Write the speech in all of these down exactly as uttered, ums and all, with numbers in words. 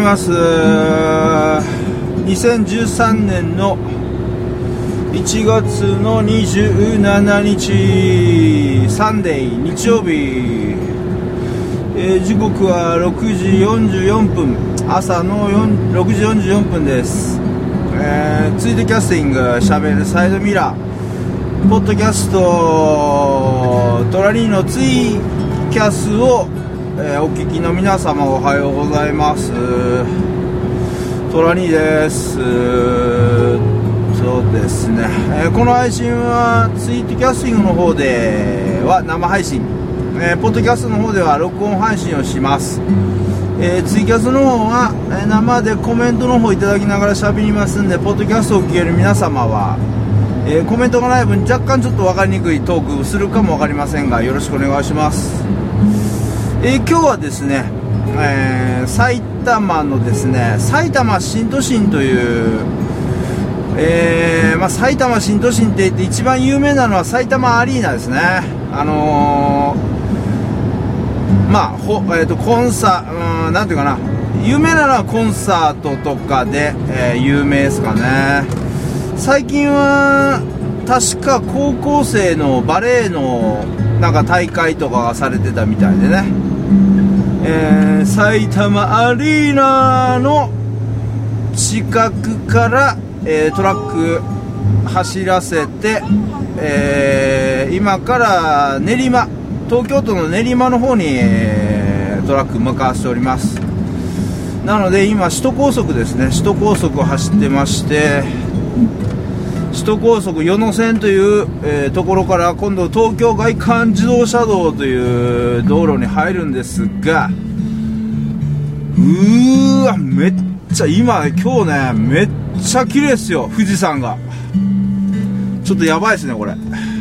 ます。にせんじゅうさんねんのいちがつのにじゅうしちにちサンデー日曜日、えー、時刻はろくじよんじゅうよんぷん、朝のろくじよんじゅうよんぷんです。えー、ツイートキャスティングしゃべるサイドミラーポッドキャストトラリーのツイキャスを、えー、お聞きの皆様おはようございます。トラニーです。そうですね、えー、この配信はツイートキャスティングの方では生配信、えー、ポッドキャストの方では録音配信をします。えー、ツイキャスの方は、えー、生でコメントの方いただきながら喋りますんで、ポッドキャストを聞ける皆様は、えー、コメントがない分若干ちょっと分かりにくいトークするかも分かりませんが、よろしくお願いします。えー、今日はですね、えー、埼玉のですね埼玉新都心という、えーまあ、埼玉新都心って言って一番有名なのは埼玉アリーナですね。あのーまあほえー、とコンサー、うん、なんていうかな、有名なのはコンサートとかで、えー、有名ですかね。最近は確か高校生のバレエのなんか大会とかがされてたみたいでね、えー、埼玉アリーナの近くから、えー、トラック走らせて、えー、今から練馬、東京都の練馬の方に、えー、トラック向かわせております。なので今首都高速ですね、首都高速を走ってまして、首都高速与野線という、えー、ところから今度東京外環自動車道という道路に入るんですが、うーわめっちゃ今今日ねめっちゃ綺麗ですよ、富士山が。ちょっとやばいですねこれ。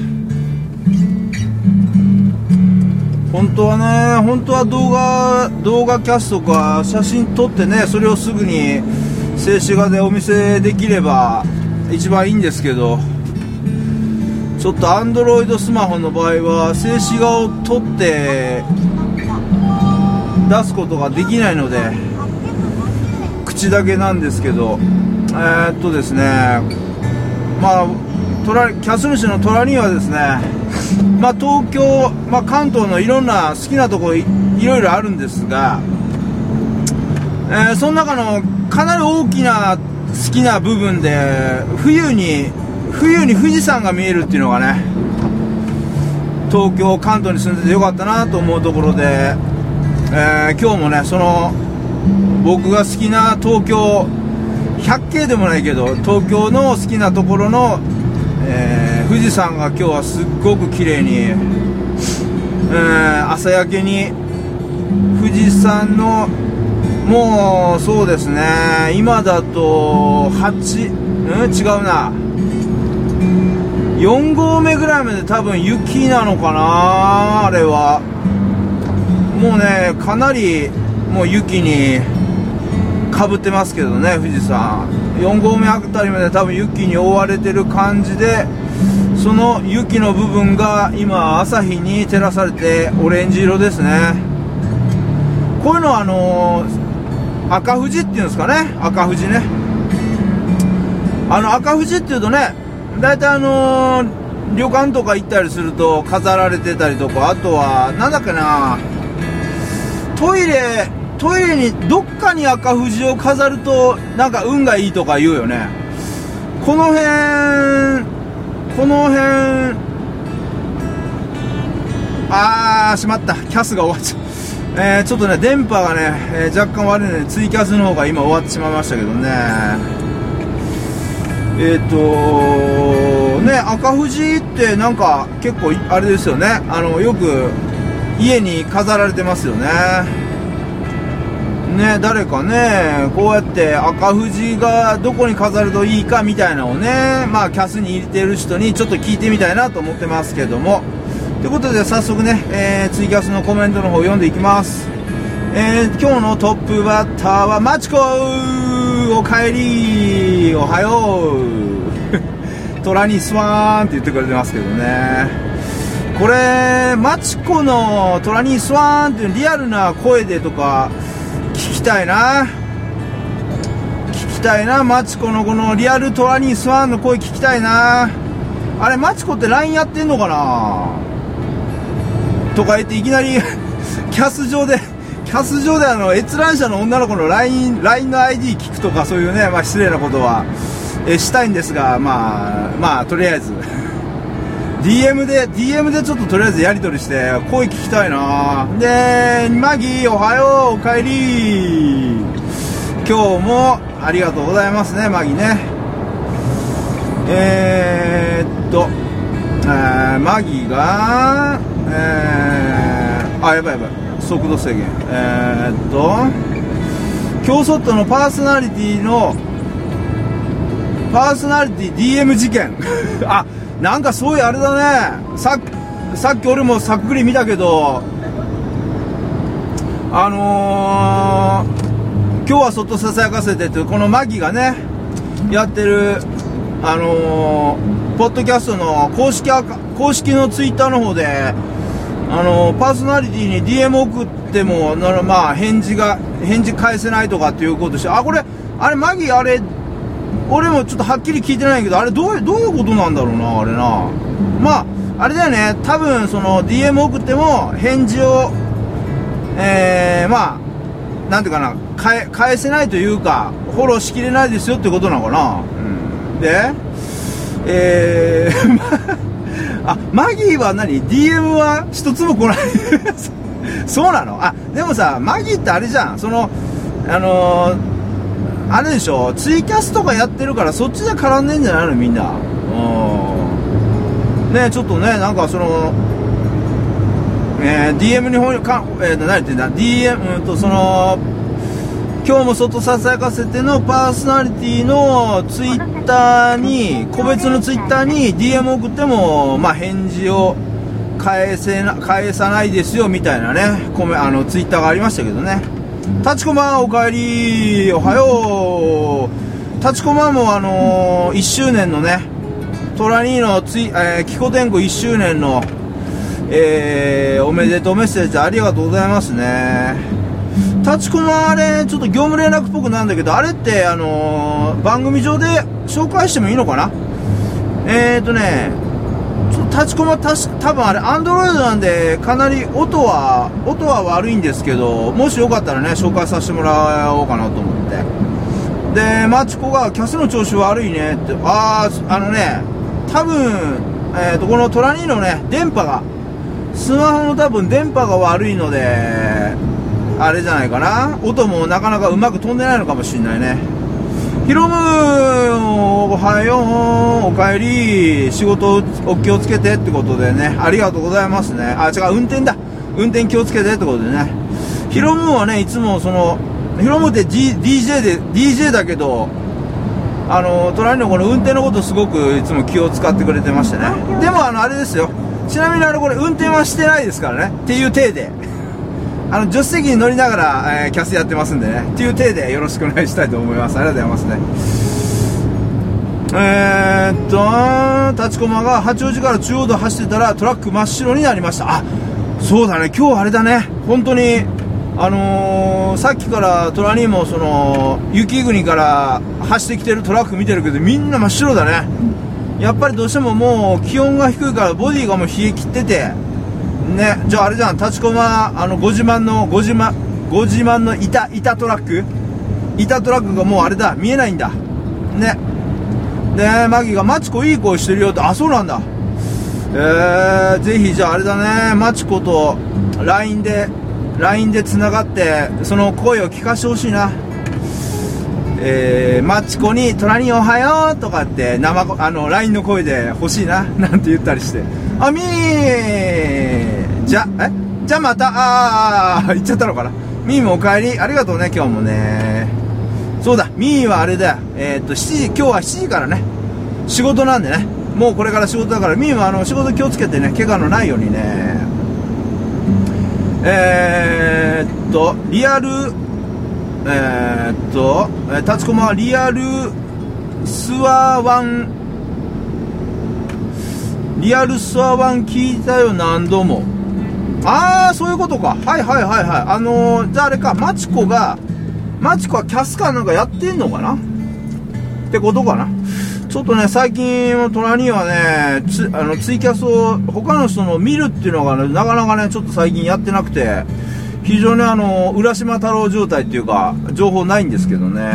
本当はね、本当は動画動画キャストか写真撮ってね、それをすぐに静止画でお見せできれば一番いいんですけど、ちょっとアンドロイドスマホの場合は静止画を撮って出すことができないので口だけなんですけど、えー、っとですねまあトラキャス主のトラニーはですね、まあ、東京、まあ、関東のいろんな好きなところ い, いろいろあるんですが、えー、その中のかなり大きな好きな部分で冬に冬に富士山が見えるっていうのがね、東京関東に住んでてよかったなと思うところで、えー、今日もねその僕が好きな東京百景でもないけど東京の好きなところの、えー、富士山が今日はすっごく綺麗に、えー、朝焼けに富士山のもうそうですね、今だとはち、うん違うなよんごうめぐらいまで多分雪なのかな、あれはもうねかなりもう雪にかぶってますけどね、富士山よんごうめあたりまで多分雪に覆われてる感じで、その雪の部分が今朝日に照らされてオレンジ色ですね。こういうのはあのー、赤富士っていうんですかね、赤富士ね。あの赤富士っていうとね、だいたいあのー、旅館とか行ったりすると飾られてたりとか、あとはなんだっけな、トイレトイレにどっかに赤富士を飾るとなんか運がいいとか言うよね。この辺この辺あーしまった、キャスが終わっちゃう、えー、ちょっとね電波がね、えー、若干悪いのでツイキャスの方が今終わってしまいましたけどね。えっとね赤富士ってなんか結構あれですよね、あのよく家に飾られてますよね。ね、誰かねこうやって赤富士がどこに飾るといいかみたいなのをね、まあキャスに入れてる人にちょっと聞いてみたいなと思ってますけども、ということで早速ね、えー、ツイキャスのコメントの方読んでいきます。えー、今日のトップバッターはマチコ、おかえり、おはようトラにスワーンって言ってくれてますけどね。これマチコのトラにスワーンっていうリアルな声でとか聞きたいな。 たいな。マチコのこのリアルトラニースワンの声聞きたいな。あれマチコって ライン やってんのかなとか言っていきなりキャス上でキャス上であの閲覧者の女の子の ライン, ラインの アイディー 聞くとか、そういうね、まあ、失礼なことはえしたいんですが、まあまあとりあえずディーエム で ディーエム でちょっととりあえずやり取りして声聞きたいな。で、マギーおはよう、おかえり。今日もありがとうございますね、マギーね。えー、っと、えー、マギーが、えー、あ、やばいやばい、速度制限。えー、っと、京ソットのパーソナリティのパーソナリティ ディーエム 事件あ、なんかそういうあれだね。さ, さっき俺もさっくり見たけど、あのー、今日はそっとささやかせてというこのマギがねやってる、あのー、ポッドキャストの公式アカ公式のツイッターの方で、あのー、パーソナリティに ディーエム 送ってもな、まあ、返事が返事返せないとかっていうことして、あ、これあれマギあれ俺もちょっとはっきり聞いてないけど、あれどういう、どういうことなんだろうな、あれな。まあ、あれだよね、多分その ディーエム 送っても返事を、えー、まあ、なんていうかな、返、返せないというか、フォローしきれないですよってことなのかな。うん、で、えー、あ、マギーは何 ディーエム は一つも来ないそうなの。あ、でもさ、マギーってあれじゃん、その、あのー、あれでしょ、ツイキャスとかやってるからそっちで絡んでんじゃないのみんな。うんね、ちょっとね、なんかその、えー、ディーエム にほか、えー、何言ってんだ ディーエム とその今日も外ささやかせてのパーソナリティのツイッターに、個別のツイッターに ディーエム 送ってもまあ返事を返せな返さないですよみたいなね、コメあのツイッターがありましたけどね。タチコマおかえり、おはよう。タチコマもあのー、いっしゅうねんのね、トラニーのつい、えー、キコテンコいっしゅうねんの、えー、おめでとうメッセージありがとうございますね。タチコマあれ、ちょっと業務連絡っぽくなんだけど、あれってあのー、番組上で紹介してもいいのかな。えーとね、ちょっとタチコマたし多分あれアンドロイドなんでかなり音は音は悪いんですけど、もしよかったらね紹介させてもらおうかなと思って。でマチコがキャスの調子悪いねって、あああのね多分、えー、とこのトラニーのね電波がスマホの多分電波が悪いのであれじゃないかな、音もなかなかうまく飛んでないのかもしれないね。ヒロムおはよう、おかえり、仕事お気をつけてってことでね、ありがとうございますね。あ、違う、運転だ、運転気をつけてってことでね。ヒロムはねいつもそのヒロムって、G、ディージェー で ディージェー だけど、あの隣のこの運転のことすごくいつも気を使ってくれてましてね。でもあのあれですよ、ちなみにあのこれ運転はしてないですからねっていう体で、あの助手席に乗りながら、えー、キャスやってますんでねっていう体でよろしくお願いしたいと思います。ありがとうございますね。えー、っとタチコマが八王子から中央道走ってたらトラック真っ白になりました。あ、そうだね、今日あれだね、本当にあのー、さっきからトラニーもその雪国から走ってきてるトラック見てるけど、みんな真っ白だね。やっぱりどうしてももう気温が低いからボディがもう冷え切っててね。じゃああれじゃん、タチコマあのご自慢のご自慢ご自慢の板板トラック板トラックがもうあれだ、見えないんだね。でマギがマチコいい声してるよって、あ、そうなんだ。えー、ぜひじゃああれだね、マチコと ライン で ライン でつながってその声を聞かせてほしいな。えー、マチコにトラニーおはようとかって生あの ライン の声で欲しいななんて言ったりして、あみーじゃえじゃあまたあー言っちゃったのかな。みーもお帰り、ありがとうね今日もね。そうだ、みーはあれだよ、えー、っとしちじ、今日はしちじからね仕事なんでね、もうこれから仕事だから、みーはあの仕事気をつけてね、怪我のないようにね。えー、っとリアルえー、っとタチコマはリアルスワワンリアルスワワン聞いたよ何度も。ああそういうことか、はいはいはいはい。あのー、じゃああれか、マチコがマチコはキャスカーなんかやってんのかな。 ってことかな。ちょっとね、最近、隣はね、つ、あの、ツイキャスを他の人の見るっていうのがね、なかなかね、ちょっと最近やってなくて、非常にあの、浦島太郎状態っていうか、情報ないんですけどね。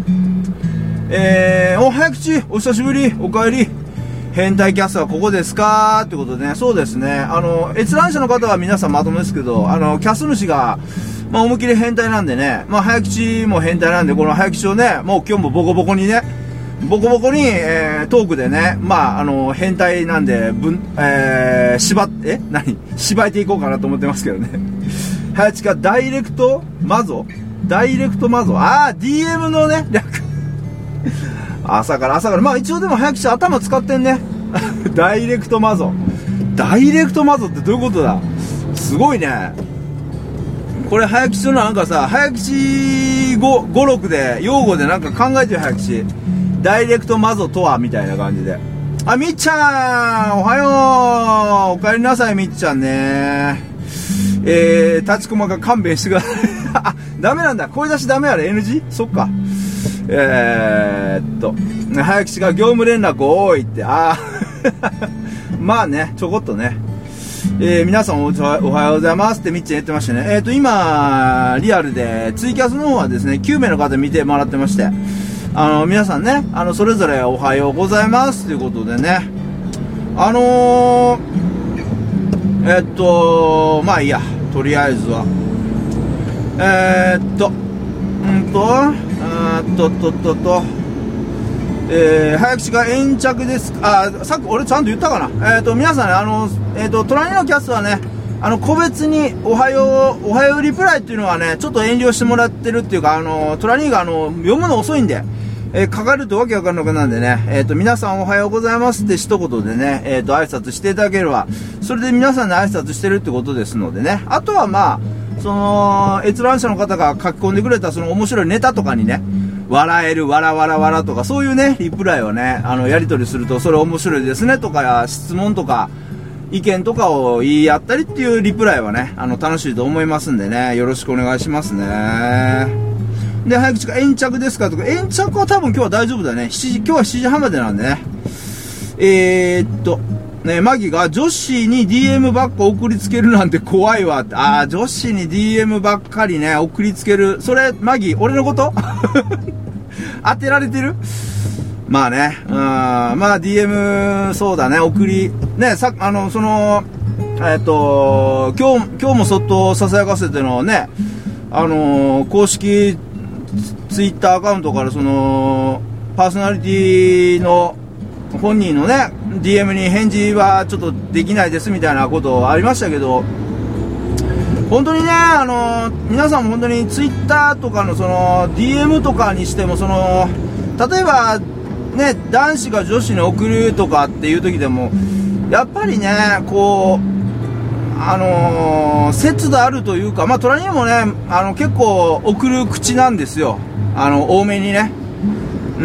えー、お、早口、お久しぶり、お帰り。変態キャスはここですかってことでね、そうですね。あの、閲覧者の方は皆さんまともですけど、あの、キャス主が、まあ、思いっきり変態なんでね、まあ、早口も変態なんで、この早口をね、もう今日もボコボコにね、ボコボコに、えー、トークでね、まあ、あの、変態なんで、ぶん、えー、縛っ、え何縛いていこうかなと思ってますけどね。早口か、ダイレクトマゾダイレクトマゾあー、ディーエム のね、略。朝から朝から、まあ一応でも早口頭使ってんね。ダイレクトマゾ。ダイレクトマゾってどういうことだ？すごいね。これ早口のなんかさ、早口語、語録で、用語でなんか考えてる早口。ダイレクトマゾとはみたいな感じで。あ、みっちゃんおはようお帰りなさいみっちゃんね。えー、立ちこまが勘弁してください。あ、ダメなんだ。声出しダメあれ エヌジー？ そっか。えーっと、早口が業務連絡多いって、あー。まあね、ちょこっとね。えー、皆さんおはようございますってみっちゃん言ってましたね。えーっと、今、リアルで、ツイキャスの方はですね、きゅうめいの方見てもらってまして、あの、皆さんね、あの、それぞれおはようございますということでね、あのー、えーっと、まあいいや、とりあえずは、えーっと、うんと、あーっとっとっとっと、えー、早口が延着ですあさっき俺ちゃんと言ったかな。えーと皆さんね、あのえーと隣のキャスはね、あの個別におはようおはようリプライっていうのはねちょっと遠慮してもらってるっていうか、あの隣があの読むの遅いんで、えー、書かれるとわけわかんなくなんでね、えーと皆さんおはようございますって一言でね、えーと挨拶していただければそれで皆さんに挨拶してるってことですのでね、あとはまあその閲覧者の方が書き込んでくれたその面白いネタとかにね、笑える、わらわらわらとか、そういうね、リプライをね、あの、やり取りすると、それ面白いですねとか、質問とか、意見とかを言い合ったりっていうリプライはね、あの、楽しいと思いますんでね、よろしくお願いしますね。で、早口が延着ですかとか、延着は多分今日は大丈夫だね。しちじ、今日はしちじはんまでなんでね。えーっと、ね、マギが女子に ディーエム ばっか送りつけるなんて怖いわって。あー、女子に ディーエム ばっかりね、送りつける。それ、マギ、俺のこと当てられてる？まあね、うん、まあ ディーエム、そうだね、送り、ね、さ、あの、その、えっと、今日、今日もそっとささやかせてのね、あの、公式ツイッターアカウントからその、パーソナリティの本人のね、ディーエム に返事はちょっとできないですみたいなことありましたけど、本当にね、あの皆さんも本当にツイッターとかのその ディーエム とかにしても、その例えばね、男子が女子に送るとかっていう時でもやっぱりね、こうあのー、節度あるというか、まあ隣にもね、あの結構送る口なんですよ、あの多めにね。うん、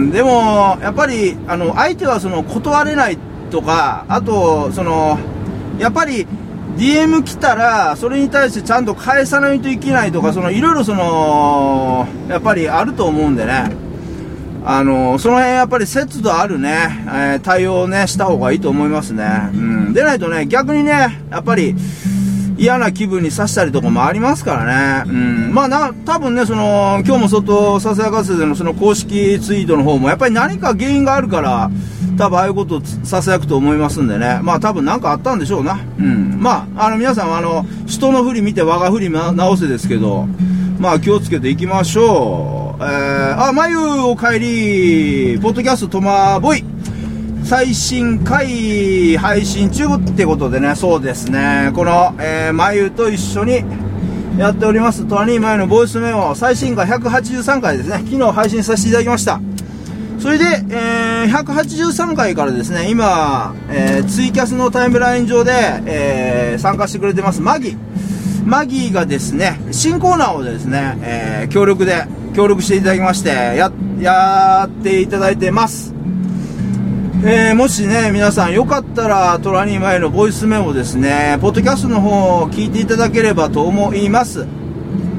でもやっぱりあの相手はその断れないとか、あとそのやっぱり ディーエム 来たらそれに対してちゃんと返さないといけないとか、そのいろいろそのやっぱりあると思うんでね、あのその辺やっぱり節度あるね、えー、対応をねした方がいいと思いますね。うん、でないとね、逆にねやっぱり嫌な気分にさしたりとかもありますからね。うん、まあな、多分ね、その今日も外ささやかせてのその公式ツイートの方もやっぱり何か原因があるから多分ああいうことをささやくと思いますんでね、まあ多分何かあったんでしょうな。うん、まああの皆さんはあの人の振り見て我が振り直せですけど、まあ気をつけていきましょう。えー、あ、まゆお帰り、ポッドキャストとまぼい最新回配信中ってことでね、そうですね、この、えー、まゆと一緒にやっておりますトラニーマユのボイスメモ最新回ひゃくはちじゅうさんかいですね、昨日配信させていただきました。それで、えー、ひゃくはちじゅうさんかいからですね、今、えー、ツイキャスのタイムライン上で、えー、参加してくれてますマギマギーがですね、新コーナーをですね、えー、協力で協力していただきましてややっていただいてます。えー、もしね、皆さんよかったらトラニーマイのボイスメモですね、ポッドキャストの方を聞いていただければと思います。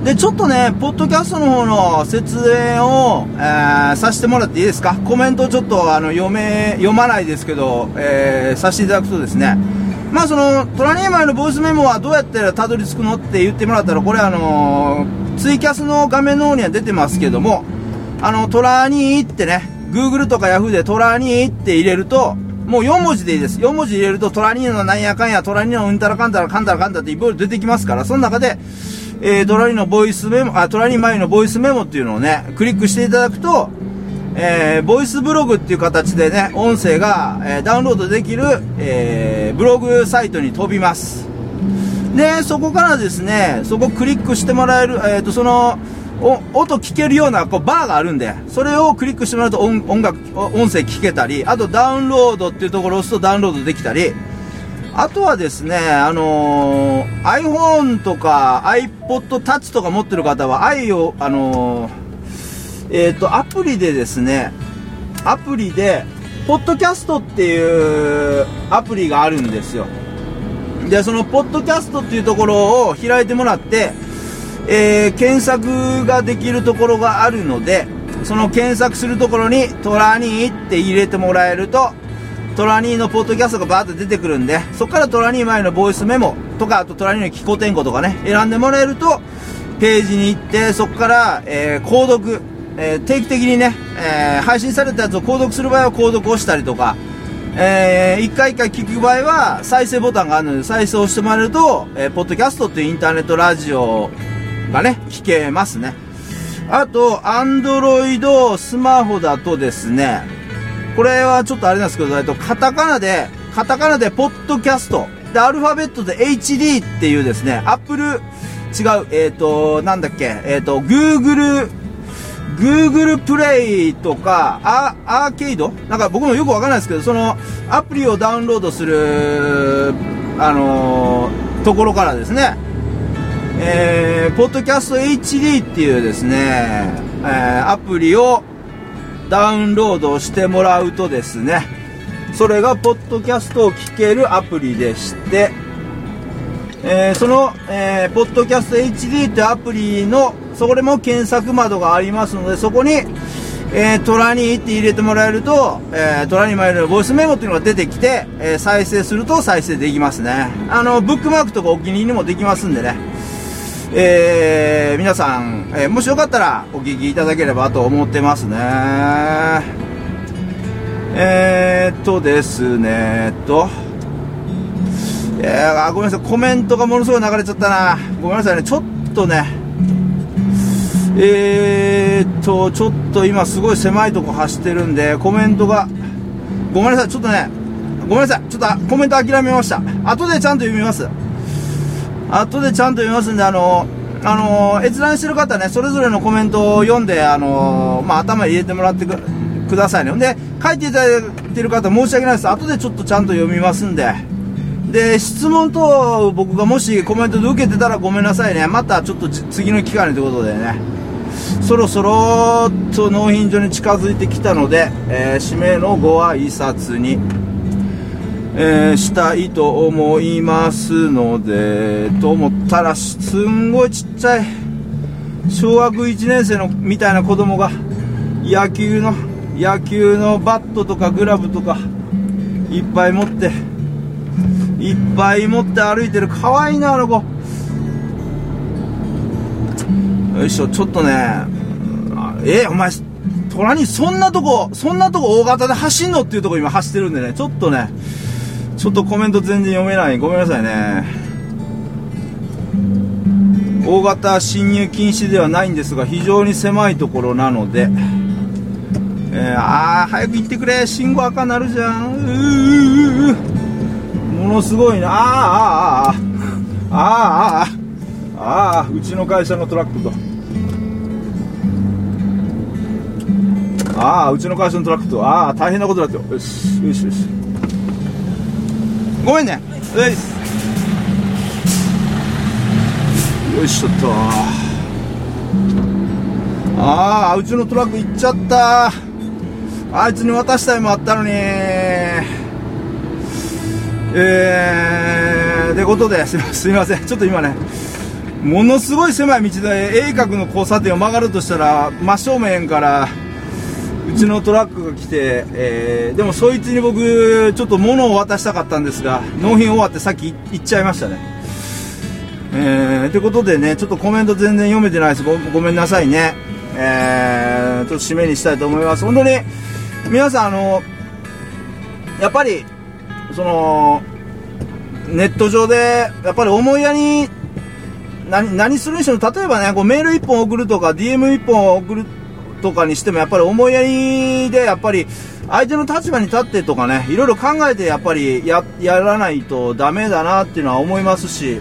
で、ちょっとね、ポッドキャストの方の説明を、えー、させてもらっていいですか？コメントちょっと、あの、読め、読まないですけど、えー、させていただくとですね、まあ、その、トラニーマイのボイスメモはどうやったらたどり着くのって言ってもらったら、これあのー、ツイキャスの画面の方には出てますけども、あの、トラニーってね、Google とか Yahoo でトラニーって入れると、もうよん文字でいいです。よん文字入れると、トラニーのなんやかんや、トラニーのうんたらかんたらかんたらかんたらっていろいろ出てきますから、その中で、えー、トラニーのボイスメモ、あ、トラニー前のボイスメモっていうのをね、クリックしていただくと、えー、ボイスブログっていう形でね、音声が、えー、ダウンロードできる、えー、ブログサイトに飛びます。で、そこからですね、そこクリックしてもらえる、えーと、その、音聞けるようなこうバーがあるんで、それをクリックしてもらうと 音, 音楽、音声聞けたり、あとダウンロードっていうところを押すとダウンロードできたり、あとはですね、あのー、iPhone とか iPod Touch とか持ってる方は i を、あのー、えっと、アプリでですね、アプリで、ポッドキャストっていうアプリがあるんですよ。で、そのポッドキャストっていうところを開いてもらって、えー、検索ができるところがあるので、その検索するところにトラニーって入れてもらえると、トラニーのポッドキャストがバーッと出てくるんで、そこからトラニー前のボイスメモとか、あとトラニーの気候転語とかね、選んでもらえると、ページに行って、そこから、えー、購読、えー、定期的にね、えー、配信されたやつを購読する場合は購読をしたりとか、えー、一回一回聞く場合は再生ボタンがあるので再生をしてもらえると、えー、ポッドキャストっていうインターネットラジオがね、聞けますね。あと、アンドロイドスマホだとですね、これはちょっとあれなんですけど、えっと、カタカナで、カタカナでポッドキャストで、アルファベットで エイチディー っていうですね、アップル、違う、えっと、なんだっけ、えっと、Google、Google プレイとか、ア, アーケイドなんか僕もよくわかんないですけど、そのアプリをダウンロードする、あのー、ところからですね、えー、ポッドキャスト エイチディー っていうですね、えー、アプリをダウンロードしてもらうとですね、それがポッドキャストを聞けるアプリでして、えー、その、えー、ポッドキャスト エイチディー ってアプリのそこでも検索窓がありますので、そこに、えー、トラニーって入れてもらえると、えー、トラニーマイルのボイスメモっていうのが出てきて、えー、再生すると再生できますね。あのブックマークとかお気に入りもできますんでね、えー、皆さん、えー、もしよかったらお聞きいただければと思ってますね。えーっとですねーっとえー、ごめんなさい、コメントがものすごい流れちゃったな。ごめんなさいね、ちょっとね、えーっと、ちょっと今すごい狭いとこ走ってるんで、コメントが、ごめんなさい、ちょっとね、ごめんなさい、ちょっとコメント諦めました。後でちゃんと読みます。後でちゃんと読みますんで、あの、あの、閲覧してる方ね、それぞれのコメントを読んで、あの、まあ、頭に入れてもらってく、くださいね。で、書いていただいてる方申し訳ないです。後でちょっとちゃんと読みますんで。で、質問と僕がもしコメントで受けてたらごめんなさいね。またちょっと次の機会にということでね、そろそろと納品所に近づいてきたので、えー、締めのご挨拶に、えー、したいと思いますので、と思ったらすんごいちっちゃい小学いちねん生のみたいな子供が野球の野球のバットとかグラブとかいっぱい持っていっぱい持って歩いてる。かわいいな、あの子。よいしょ、ちょっとね、えー、お前虎にそんなとこそんなとこ大型で走んのっていうとこ今走ってるんでね、ちょっとねちょっとコメント全然読めない、ごめんなさいね。大型進入禁止ではないんですが、非常に狭いところなので、えー、あー早く行ってくれ、信号赤なるじゃん。うーものすごいな。あーあーあーあーあーあーうちの会社のトラックと、ああうちの会社のトラックと、ああ大変なことだってよ。よしよしよし、ごめんね。よしよいしょっと。ああうちのトラック行っちゃった。あいつに渡したいもあったのに。えー、ってことですいません、ちょっと今ねものすごい狭い道で鋭角の交差点を曲がるとしたら真正面からうちのトラックが来て、えー、でもそいつに僕ちょっと物を渡したかったんですが納品終わってさっき行っちゃいましたね。えー、ということでね、ちょっとコメント全然読めてないです。 ご, ごめんなさいね。えー、ちょっと締めにしたいと思います。本当に皆さんあのやっぱりそのネット上でやっぱり思いやり何, 何するにしても、例えばねこうメールいっぽん送るとか ディーエムいっぽん送るとかにしてもやっぱり思いやりでやっぱり相手の立場に立ってとかね、いろいろ考えてやっぱり や, やらないとダメだなっていうのは思いますし、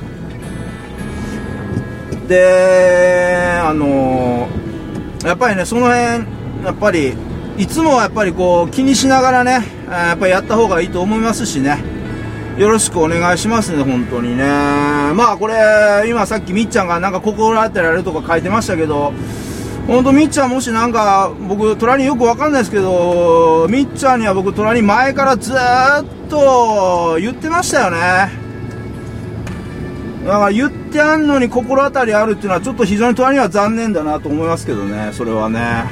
であのー、やっぱりねその辺やっぱりいつもはやっぱりこう気にしながらねやっぱりやった方がいいと思いますしね、よろしくお願いしますね、本当にね。まあこれ今さっきみっちゃんがなんか心当たりあるとか書いてましたけど、本当みっちゃんもしなんか僕トラによくわかんないですけど、みっちゃんには僕トラに前からずーっと言ってましたよね。だから言ってあんのに心当たりあるっていうのはちょっと非常にトラには残念だなと思いますけどね、それはね。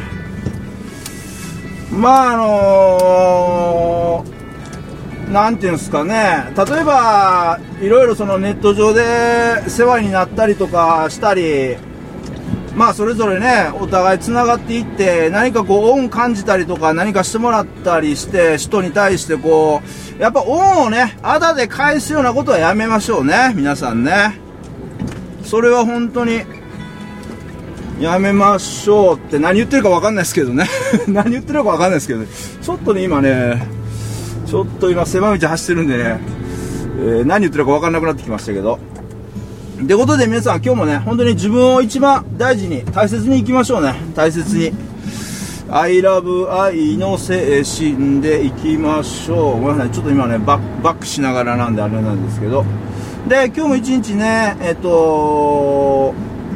まああのー、なんていうんですかね、例えばいろいろそのネット上で世話になったりとかしたり、まあそれぞれねお互いつながっていって何かこう恩感じたりとか何かしてもらったりして人に対してこうやっぱ恩をねあだで返すようなことはやめましょうね、皆さんね。それは本当にやめましょうって何言ってるか分かんないですけどね何言ってるか分かんないですけどね、ちょっとね今ねちょっと今狭い道走ってるんでね、えー、何言ってるか分かんなくなってきましたけど、ってことで皆さん今日もね本当に自分を一番大事に大切にいきましょうね。大切に I love 愛の精神でいきましょう。ごめんなさい、ちょっと今ねバック、バックしながらなんであれなんですけど、で今日も一日ねえっと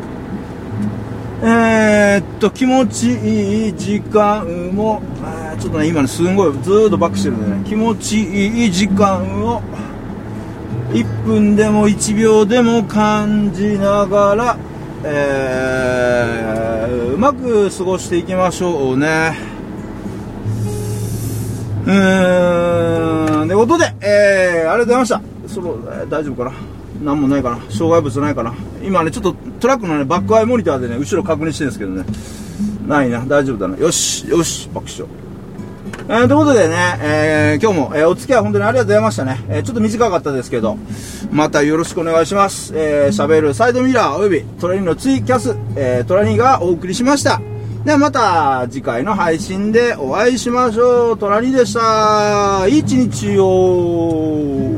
えー、っと気持ちいい時間もちょっとね今ねすんごいずーっとバックしてるんでね、気持ちいい時間をいっぷんでもいちびょうでも感じながら、えー、うまく過ごしていきましょうね。うーんということで、えー、ありがとうございました。その、えー、大丈夫かな、なんもないかな、障害物ないかな。今ねちょっとトラックのねバックアイモニターでね後ろ確認してるんですけどね、ないな、大丈夫だな、よしよしバックしよう。えー、ということでね、えー、今日も、えー、お付き合い本当にありがとうございましたね。えー、ちょっと短かったですけどまたよろしくお願いします。えー、喋るサイドミラーおよびトラニーのツイキャス、えー、トラニーがお送りしました。ではまた次回の配信でお会いしましょう。トラニーでした。いい一日を。